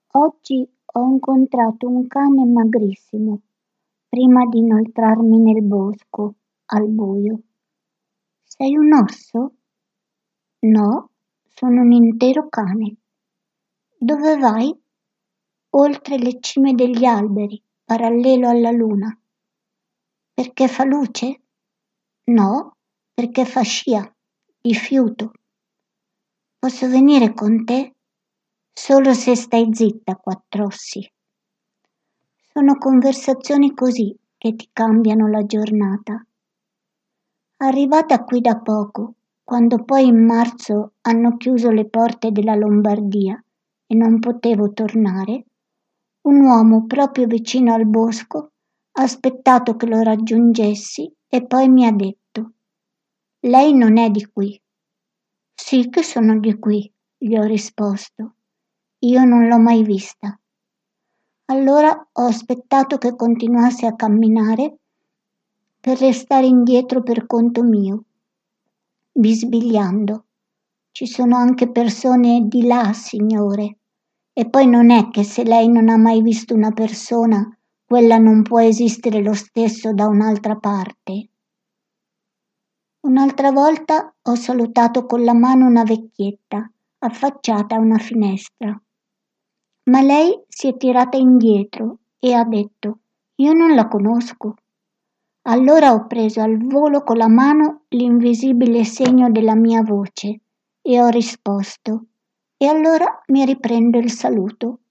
Oggi ho incontrato un cane magrissimo, prima di inoltrarmi nel bosco, al buio. Sei un orso? No, sono un intero cane. Dove vai? Oltre le cime degli alberi, parallelo alla luna. Perché fa luce? No, perché fa scia, di fiuto. Posso venire con te? Solo se stai zitta, Quattrossi. Sono conversazioni così che ti cambiano la giornata. Arrivata qui da poco, quando poi in marzo hanno chiuso le porte della Lombardia e non potevo tornare, un uomo proprio vicino al bosco ha aspettato che lo raggiungessi e poi mi ha detto: «Lei non è di qui». «Sì che sono di qui», gli ho risposto. «Io non l'ho mai vista». Allora ho aspettato che continuasse a camminare per restare indietro per conto mio, bisbigliando. «Ci sono anche persone di là, signore. E poi non è che se lei non ha mai visto una persona, quella non può esistere lo stesso da un'altra parte». Un'altra volta ho salutato con la mano una vecchietta affacciata a una finestra. Ma lei si è tirata indietro e ha detto: «Io non la conosco». Allora ho preso al volo con la mano l'invisibile segno della mia voce e ho risposto: «E allora mi riprendo il saluto».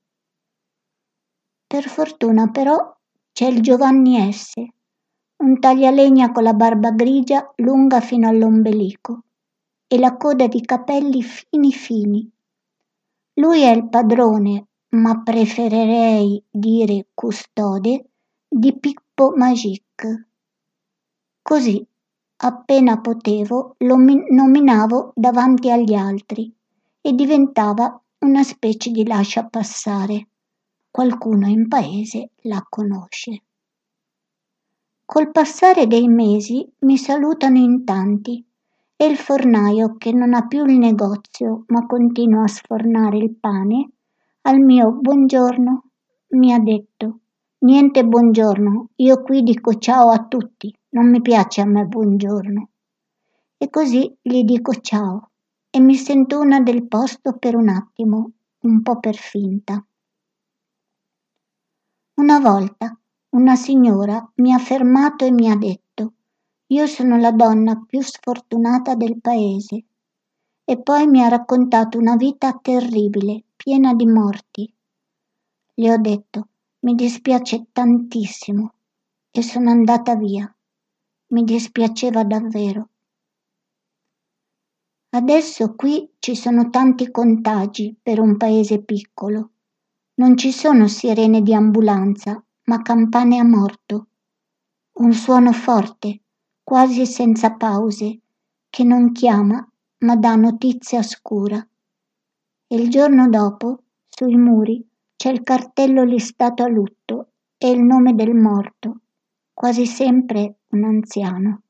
Per fortuna però c'è il Giovanni S., un taglialegna con la barba grigia lunga fino all'ombelico e la coda di capelli fini fini. Lui è il padrone, ma preferirei dire custode, di Pippo Magic. Così, appena potevo, lo nominavo davanti agli altri e diventava una specie di lasciapassare. Qualcuno in paese la conosce. Col passare dei mesi mi salutano in tanti e il fornaio, che non ha più il negozio ma continua a sfornare il pane, al mio buongiorno mi ha detto: «Niente buongiorno, io qui dico ciao a tutti, non mi piace a me buongiorno». E così gli dico ciao e mi sento una del posto per un attimo, un po' per finta. Una volta una signora mi ha fermato e mi ha detto: «Io sono la donna più sfortunata del paese». E poi mi ha raccontato una vita terribile, piena di morti. Le ho detto: «Mi dispiace tantissimo» e sono andata via. Mi dispiaceva davvero. Adesso qui ci sono tanti contagi per un paese piccolo. Non ci sono sirene di ambulanza, ma campane a morto. Un suono forte, quasi senza pause, che non chiama ma dà notizia scura. E il giorno dopo, sui muri, c'è il cartello listato a lutto e il nome del morto, quasi sempre un anziano.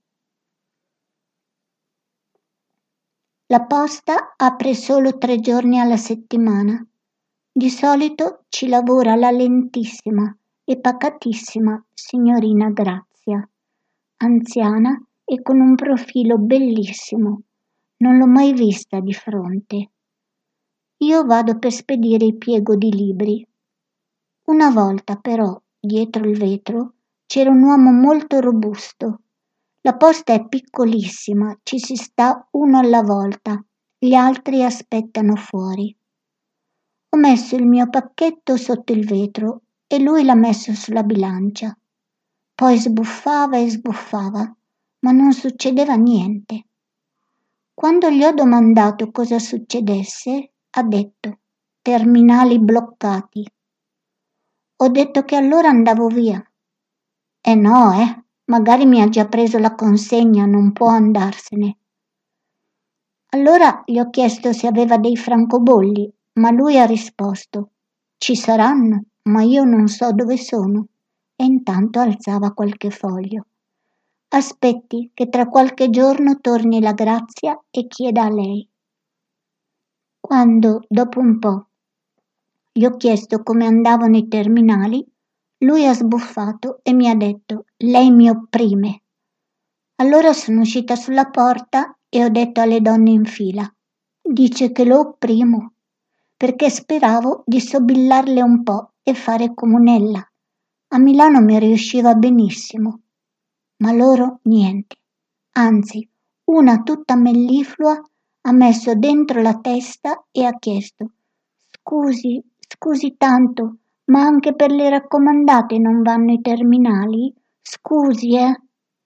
La posta apre solo 3 giorni alla settimana. Di solito ci lavora la lentissima e pacatissima signorina Grazia, anziana e con un profilo bellissimo. Non l'ho mai vista di fronte. Io vado per spedire il piego di libri. Una volta però, dietro il vetro, c'era un uomo molto robusto. La posta è piccolissima, ci si sta uno alla volta, gli altri aspettano fuori. Ho messo il mio pacchetto sotto il vetro e lui l'ha messo sulla bilancia. Poi sbuffava e sbuffava, ma non succedeva niente. Quando gli ho domandato cosa succedesse, ha detto: «Terminali bloccati». Ho detto che allora andavo via. No, magari mi ha già preso la consegna, non può andarsene. Allora gli ho chiesto se aveva dei francobolli, ma lui ha risposto: «Ci saranno, ma io non so dove sono». E intanto alzava qualche foglio. Aspetti che tra qualche giorno torni la Grazia e chieda a lei. Quando, dopo un po', Gli ho chiesto come andavano i terminali, lui ha sbuffato e mi ha detto: lei mi opprime. Allora sono uscita sulla porta e ho detto alle donne in fila: dice che lo opprimo, perché speravo di sobillarle un po' e fare comunella. A Milano mi riusciva benissimo, ma loro niente. Anzi, una tutta melliflua ha messo dentro la testa e ha chiesto: scusi, scusi tanto, ma anche per le raccomandate non vanno i terminali? Scusi, eh.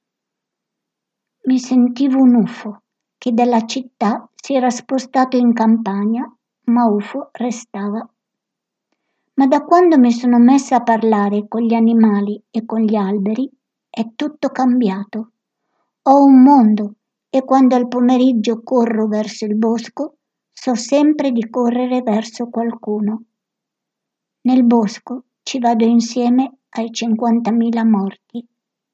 Mi sentivo un UFO che dalla città si era spostato in campagna, ma UFO restava. Ma da quando mi sono messa a parlare con gli animali e con gli alberi è tutto cambiato. Ho un mondo e quando al pomeriggio corro verso il bosco so sempre di correre verso qualcuno. Nel bosco ci vado insieme ai 50.000 morti.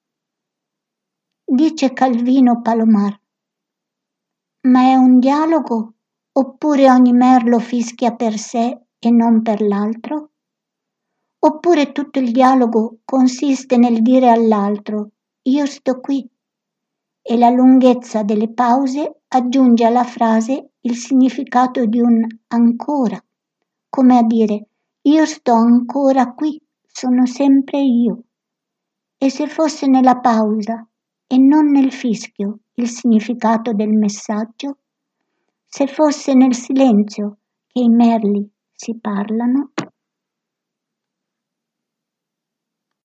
Dice Calvino Palomar: ma è un dialogo oppure ogni merlo fischia per sé e non per l'altro? Oppure tutto il dialogo consiste nel dire all'altro: io sto qui, e la lunghezza delle pause aggiunge alla frase il significato di un ancora, come a dire: io sto ancora qui, sono sempre io. E se fosse nella pausa e non nel fischio il significato del messaggio? Se fosse nel silenzio che i merli si parlano?